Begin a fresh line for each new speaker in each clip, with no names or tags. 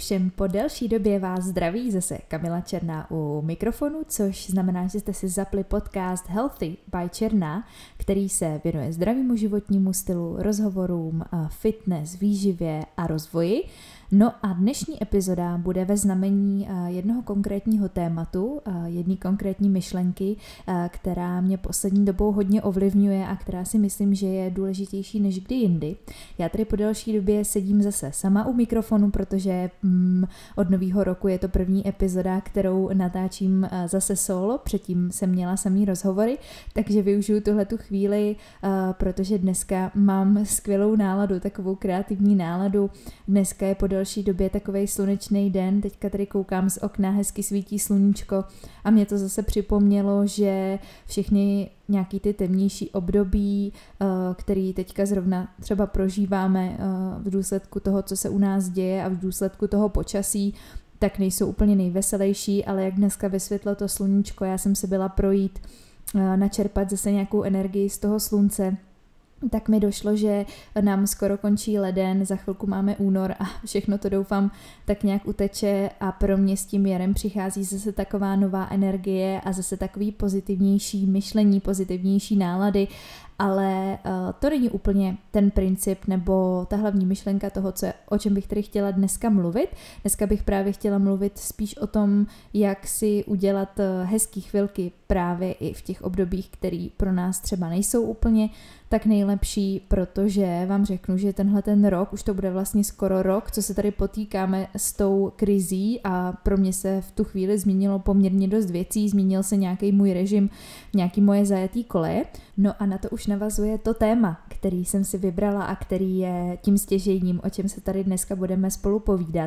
všem, po delší době vás zdraví zase Kamila Černá u mikrofonu, což znamená, že jste si zapli podcast Healthy by Černá, který se věnuje zdravému životnímu stylu, rozhovorům, fitness, výživě a rozvoji. No a dnešní epizoda bude ve znamení jednoho konkrétního tématu, jedné konkrétní myšlenky, která mě poslední dobou hodně ovlivňuje a která si myslím, že je důležitější než kdy jindy. Já tady po delší době sedím zase sama u mikrofonu, protože od nového roku je to první epizoda, kterou natáčím zase solo, předtím jsem měla samý rozhovory, takže využiju tuhletu chvíli, protože dneska mám skvělou náladu, takovou kreativní náladu. Dneska je po delší době takovej slunečný den, teďka tady koukám z okna, hezky svítí sluníčko a mě to zase připomnělo, že všechny nějaký ty temnější období, který teďka zrovna třeba prožíváme v důsledku toho, co se u nás děje a v důsledku toho počasí, tak nejsou úplně nejveselější, ale jak dneska vysvětlo to sluníčko, já jsem se byla projít, načerpat zase nějakou energii z toho slunce, tak mi došlo, že nám skoro končí leden, za chvilku máme únor a všechno to doufám tak nějak uteče a pro mě s tím jarem přichází zase taková nová energie a zase takový pozitivnější myšlení, pozitivnější nálady, ale to není úplně ten princip nebo ta hlavní myšlenka toho, o čem bych tady chtěla dneska mluvit. Dneska bych právě chtěla mluvit spíš o tom, jak si udělat hezký chvilky právě i v těch obdobích, které pro nás třeba nejsou úplně tak nejlepší, protože vám řeknu, že tenhle ten rok, už to bude vlastně skoro rok, co se tady potýkáme s tou krizí a pro mě se v tu chvíli změnilo poměrně dost věcí, změnil se nějaký můj režim, nějaký moje zajetý koleje. No a na to už navazuje to téma, který jsem si vybrala a který je tím stěžejním, o čem se tady dneska budeme spolu povídat.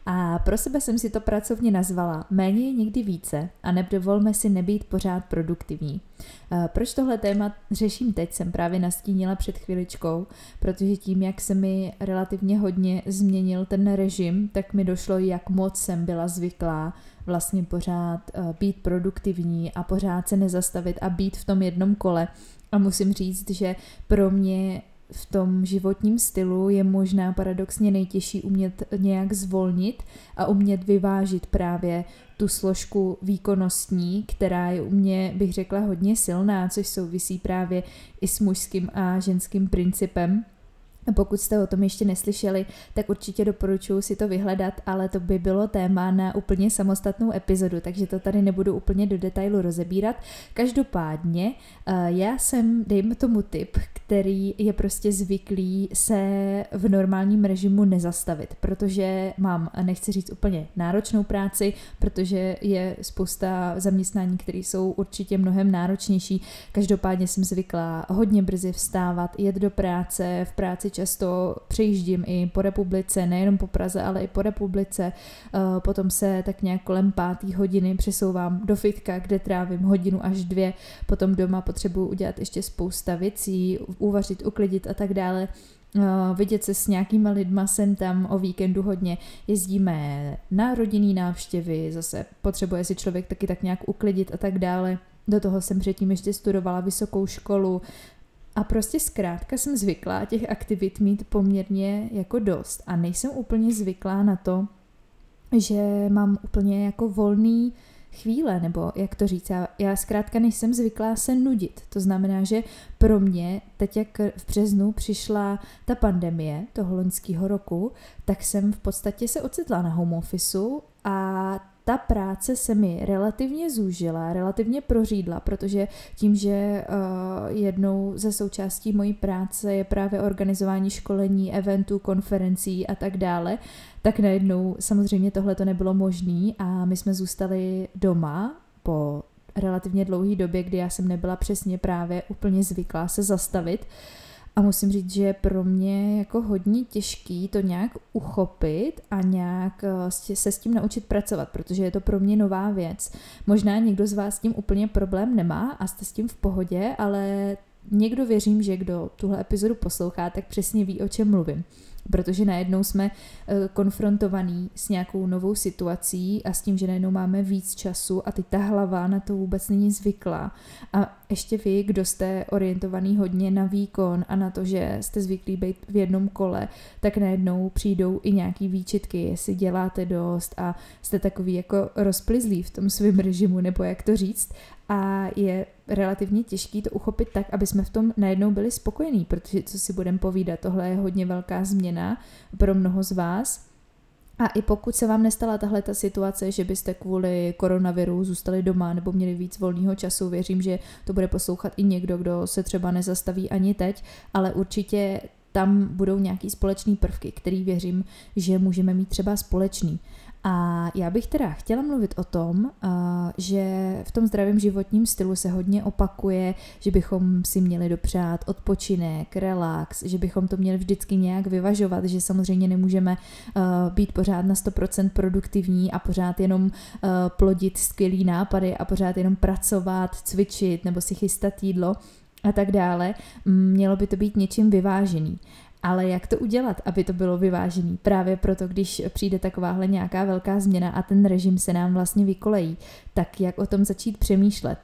A pro sebe jsem si to pracovně nazvala Méně je někdy více a nedovolme si nebýt pořád produktivní. Proč tohle téma řeším teď, jsem právě nastínila před chviličkou, protože tím, jak se mi relativně hodně změnil ten režim, tak mi došlo, jak moc jsem byla zvyklá vlastně pořád být produktivní a pořád se nezastavit a být v tom jednom kole. A musím říct, že pro mě v tom životním stylu je možná paradoxně nejtěžší umět nějak zvolnit a umět vyvážit právě tu složku výkonnostní, která je u mě, bych řekla, hodně silná, což souvisí právě i s mužským a ženským principem. Pokud jste o tom ještě neslyšeli, tak určitě doporučuji si to vyhledat, ale to by bylo téma na úplně samostatnou epizodu, takže to tady nebudu úplně do detailu rozebírat. Každopádně já jsem, dejme tomu typ, který je prostě zvyklý se v normálním režimu nezastavit, protože mám, nechci říct úplně náročnou práci, protože je spousta zaměstnání, které jsou určitě mnohem náročnější. Každopádně jsem zvyklá hodně brzy vstávat, jet do práce, v práci často přejíždím i po republice, nejenom po Praze, ale i po republice. Potom se tak nějak kolem 5. hodiny přesouvám do fitka, kde trávím 1 hodinu až 2. Potom doma potřebuji udělat ještě spousta věcí, uvařit, uklidit a tak dále. Vidět se s nějakýma lidma sem tam, o víkendu hodně jezdíme na rodinný návštěvy, zase potřebuje si člověk taky tak nějak uklidit a tak dále. Do toho jsem předtím ještě studovala vysokou školu, a prostě zkrátka jsem zvyklá těch aktivit mít poměrně jako dost a nejsem úplně zvyklá na to, že mám úplně jako volný chvíle, nebo jak to říct, já zkrátka nejsem zvyklá se nudit. To znamená, že pro mě, teď jak v březnu přišla ta pandemie toho loňského roku, tak jsem v podstatě se ocitla na home officeu a ta práce se mi relativně zúžila, relativně prořídla, protože tím, že jednou ze součástí mojí práce je právě organizování školení, eventů, konferencí a tak dále, tak najednou samozřejmě tohle to nebylo možné a my jsme zůstali doma po relativně dlouhé době, kdy já jsem nebyla přesně právě úplně zvyklá se zastavit. A musím říct, že je pro mě jako hodně těžký to nějak uchopit a nějak se s tím naučit pracovat, protože je to pro mě nová věc. Možná někdo z vás s tím úplně problém nemá a jste s tím v pohodě, ale někdo věřím, že kdo tuhle epizodu poslouchá, tak přesně ví, o čem mluvím. protože najednou jsme konfrontovaní s nějakou novou situací a s tím, že najednou máme víc času a teď ta hlava na to vůbec není zvyklá. A ještě vy, kdo jste orientovaný hodně na výkon a na to, že jste zvyklí být v jednom kole, tak najednou přijdou i nějaký výčitky, jestli děláte dost a jste takový jako rozplizlí v tom svém režimu, nebo jak to říct. A je relativně těžký to uchopit tak, aby jsme v tom najednou byli spokojení, protože co si budeme povídat, tohle je hodně velká změna pro mnoho z vás. A i pokud se vám nestala tahle ta situace, že byste kvůli koronaviru zůstali doma nebo měli víc volného času, věřím, že to bude poslouchat i někdo, kdo se třeba nezastaví ani teď, ale určitě tam budou nějaký společný prvky, který věřím, že můžeme mít třeba společný. A já bych teda chtěla mluvit o tom, že v tom zdravém životním stylu se hodně opakuje, že bychom si měli dopřát odpočinek, relax, že bychom to měli vždycky nějak vyvažovat, že samozřejmě nemůžeme být pořád na 100% produktivní a pořád jenom plodit skvělý nápady a pořád jenom pracovat, cvičit nebo si chystat jídlo a tak dále. Mělo by to být něčím vyvážený. Ale jak to udělat, aby to bylo vyvážený? Právě proto, když přijde takováhle nějaká velká změna a ten režim se nám vlastně vykolejí, tak jak o tom začít přemýšlet?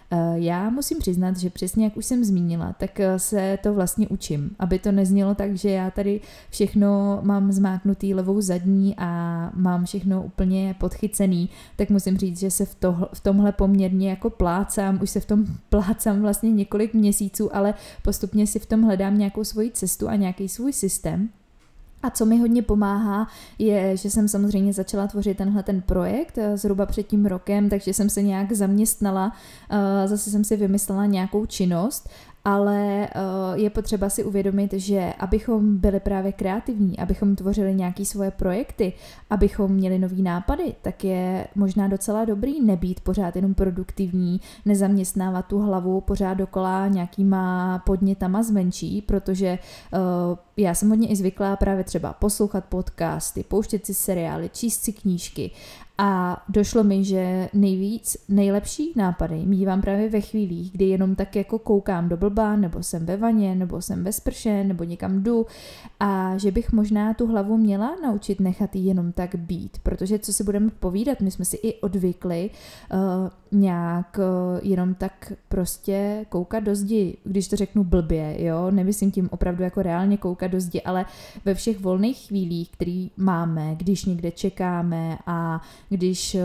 Já musím přiznat, že přesně jak už jsem zmínila, tak se to vlastně učím, aby to neznělo tak, že já tady všechno mám zmáknutý levou zadní a mám všechno úplně podchycený, tak musím říct, že se v tomhle poměrně jako plácám, už se v tom plácám vlastně několik měsíců, ale postupně si v tom hledám nějakou svoji cestu a nějaký svůj systém. A co mi hodně pomáhá, je, že jsem samozřejmě začala tvořit ten projekt zhruba před tím rokem, takže jsem se nějak zaměstnala, zase jsem si vymyslela nějakou činnost, ale je potřeba si uvědomit, že abychom byli právě kreativní, abychom tvořili nějaké svoje projekty, abychom měli nový nápady, tak je možná docela dobrý nebýt pořád jenom produktivní, nezaměstnávat tu hlavu pořád dokola nějakýma podnětama zvenčí, protože já jsem hodně i zvyklá právě třeba poslouchat podcasty, pouštět si seriály, číst si knížky. A došlo mi, že nejlepší nápady mívám právě ve chvílích, kdy jenom tak jako koukám do blba, nebo jsem ve vaně, nebo jsem ve sprše, nebo někam jdu a že bych možná tu hlavu měla naučit nechat jí jenom tak být, protože co si budeme povídat, my jsme si i odvykli nějak jenom tak prostě koukat do zdi, když to řeknu blbě, jo, nemyslím tím opravdu jako reálně koukat do zdi, ale ve všech volných chvílích, který máme, když někde čekáme a když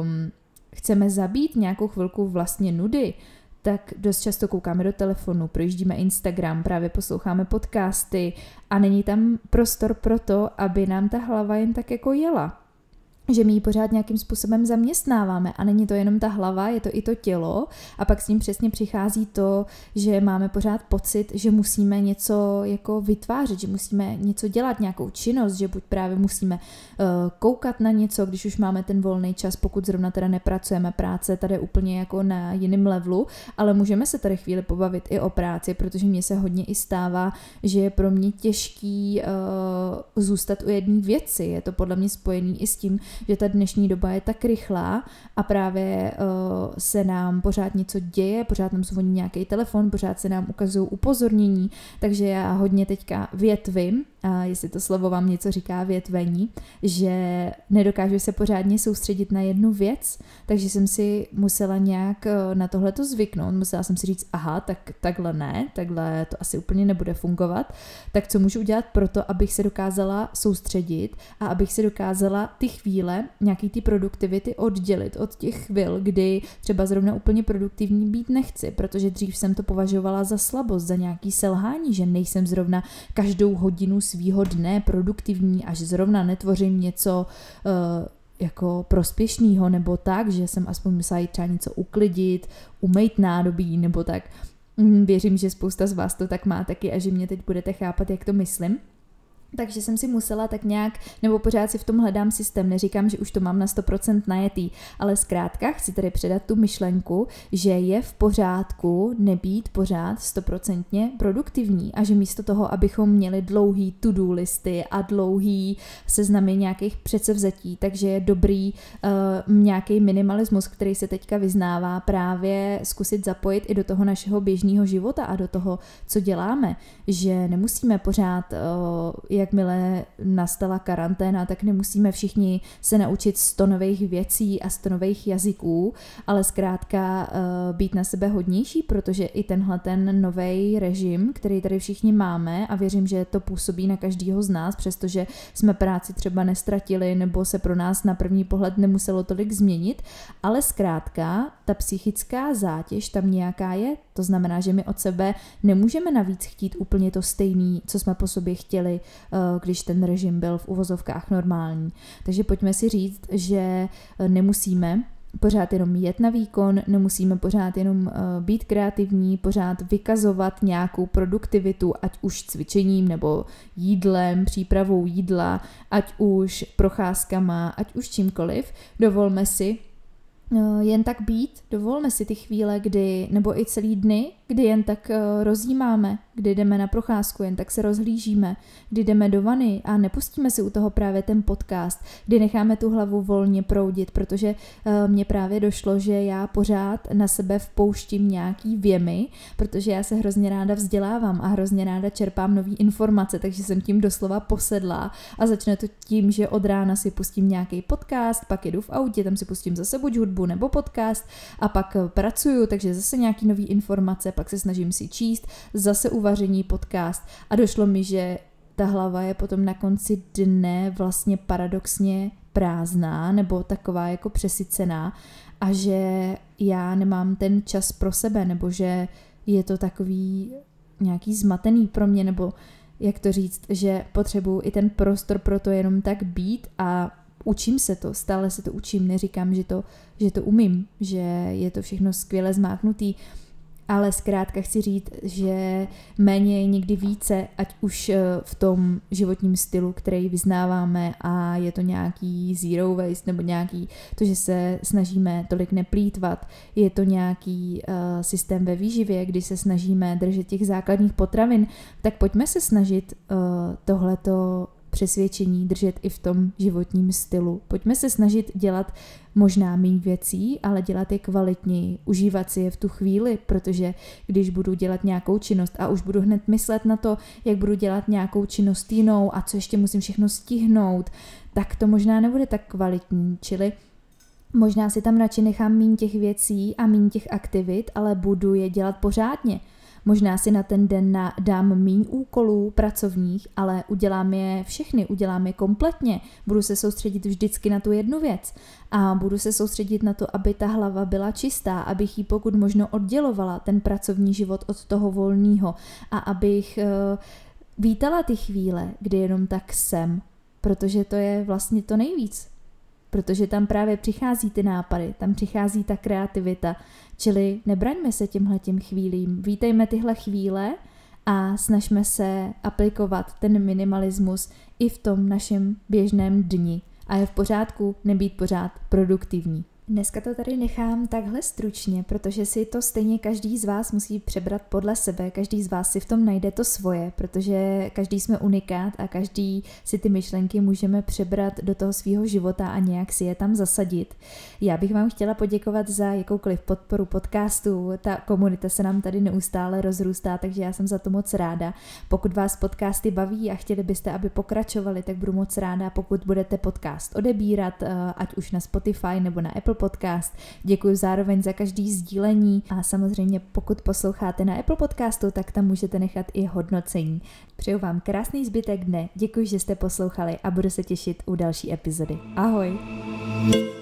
chceme zabít nějakou chvilku vlastně nudy, tak dost často koukáme do telefonu, projíždíme Instagram, právě posloucháme podcasty a není tam prostor pro to, aby nám ta hlava jen tak jako jela. Že my ji pořád nějakým způsobem zaměstnáváme a není to jenom ta hlava, je to i to tělo a pak s ním přesně přichází to, že máme pořád pocit, že musíme něco jako vytvářet, že musíme něco dělat, nějakou činnost, že buď právě musíme koukat na něco, když už máme ten volný čas, pokud zrovna teda nepracujeme, práce tady úplně jako na jiném levelu, ale můžeme se tady chvíli pobavit i o práci, protože mně se hodně i stává, že je pro mě těžký zůstat u jedné věci, je to podle mě spojený i s tím, že ta dnešní doba je tak rychlá a právě se nám pořád něco děje, pořád nám zvoní nějaký telefon, pořád se nám ukazují upozornění, takže já hodně teďka větvím, a jestli to slovo vám něco říká, větvení, že nedokážu se pořádně soustředit na jednu věc, takže jsem si musela nějak na tohleto zvyknout, musela jsem si říct, aha, takhle ne, takhle to asi úplně nebude fungovat, tak co můžu udělat pro to, abych se dokázala soustředit a abych se dokázala ty chvíle, nějaký ty produktivity oddělit od těch chvil, kdy třeba zrovna úplně produktivní být nechci, protože dřív jsem to považovala za slabost, za nějaký selhání, že nejsem zrovna každou hodinu svýho dne produktivní a že zrovna netvořím něco jako prospěšného nebo tak, že jsem aspoň musela jít třeba něco uklidit, umýt nádobí nebo tak. Věřím, že spousta z vás to tak má taky a že mě teď budete chápat, jak to myslím. Takže jsem si musela tak nějak, nebo pořád si v tom hledám systém, neříkám, že už to mám na 100% najetý, ale zkrátka chci tady předat tu myšlenku, že je v pořádku nebýt pořád 100% produktivní a že místo toho, abychom měli dlouhý to-do listy a dlouhý seznamy nějakých předsevzetí, takže je dobrý nějaký minimalismus, který se teďka vyznává, právě zkusit zapojit i do toho našeho běžného života a do toho, co děláme, že nemusíme pořád jak jakmile nastala karanténa, tak nemusíme všichni se naučit 100 nových věcí a 100 nových jazyků, ale zkrátka být na sebe hodnější, protože i tenhle ten nový režim, který tady všichni máme, a věřím, že to působí na každýho z nás, přestože jsme práci třeba nestratili nebo se pro nás na první pohled nemuselo tolik změnit, ale zkrátka ta psychická zátěž tam nějaká je. To znamená, že my od sebe nemůžeme navíc chtít úplně to stejný, co jsme po sobě chtěli, když ten režim byl v uvozovkách normální. Takže pojďme si říct, že nemusíme pořád jenom jet na výkon, nemusíme pořád jenom být kreativní, pořád vykazovat nějakou produktivitu, ať už cvičením nebo jídlem, přípravou jídla, ať už procházkama, ať už čímkoliv. Dovolme si jen tak být, dovolme si ty chvíle, kdy, nebo i celý dny, kdy jen tak rozjímáme, kdy jdeme na procházku, jen tak se rozhlížíme, kdy jdeme do vany a nepustíme si u toho právě ten podcast, kdy necháme tu hlavu volně proudit, protože mně právě došlo, že já pořád na sebe vpouštím nějaký věmy, protože já se hrozně ráda vzdělávám a hrozně ráda čerpám nový informace, takže jsem tím doslova posedlá a začne to tím, že od rána si pustím nějaký podcast, pak jedu v autě, tam si pustím zase buď hudbu nebo podcast a pak pracuju, takže zase nějaký nový informace, pak se snažím si číst, zase uvaření podcast a došlo mi, že ta hlava je potom na konci dne vlastně paradoxně prázdná nebo taková jako přesycená a že já nemám ten čas pro sebe nebo že je to takový nějaký zmatený pro mě nebo jak to říct, že potřebuju i ten prostor pro to jenom tak být a učím se to, stále se to učím, neříkám, že to umím, že je to všechno skvěle zmáknutý, ale zkrátka chci říct, že méně je někdy více, ať už v tom životním stylu, který vyznáváme a je to nějaký zero waste nebo nějaký to, že se snažíme tolik neplýtvat, je to nějaký systém ve výživě, kdy se snažíme držet těch základních potravin, tak pojďme se snažit tohleto přesvědčení držet i v tom životním stylu. Pojďme se snažit dělat možná méně věcí, ale dělat je kvalitněji, užívat si je v tu chvíli, protože když budu dělat nějakou činnost a už budu hned myslet na to, jak budu dělat nějakou činnost jinou a co ještě musím všechno stihnout, tak to možná nebude tak kvalitní, čili možná si tam radši nechám méně těch věcí a méně těch aktivit, ale budu je dělat pořádně. Možná si na ten den dám míň úkolů pracovních, ale udělám je všechny, udělám je kompletně. Budu se soustředit vždycky na tu jednu věc a budu se soustředit na to, aby ta hlava byla čistá, abych ji pokud možno oddělovala ten pracovní život od toho volného a abych vítala ty chvíle, kdy jenom tak jsem, protože to je vlastně to nejvíc. Protože tam právě přichází ty nápady, tam přichází ta kreativita, čili nebraňme se těmhletím chvílím, vítejme tyhle chvíle a snažme se aplikovat ten minimalismus i v tom našem běžném dni a je v pořádku nebýt pořád produktivní. Dneska to tady nechám takhle stručně, protože si to stejně každý z vás musí přebrat podle sebe, každý z vás si v tom najde to svoje, protože každý jsme unikát a každý si ty myšlenky můžeme přebrat do toho svého života a nějak si je tam zasadit. Já bych vám chtěla poděkovat za jakoukoliv podporu podcastu, ta komunita se nám tady neustále rozrůstá, takže já jsem za to moc ráda. Pokud vás podcasty baví a chtěli byste, aby pokračovali, tak budu moc ráda, pokud budete podcast odebírat, ať už na Spotify nebo na Apple Podcast. Děkuji zároveň za každý sdílení a samozřejmě pokud posloucháte na Apple Podcastu, tak tam můžete nechat i hodnocení. Přeju vám krásný zbytek dne, děkuji, že jste poslouchali a budu se těšit u další epizody. Ahoj!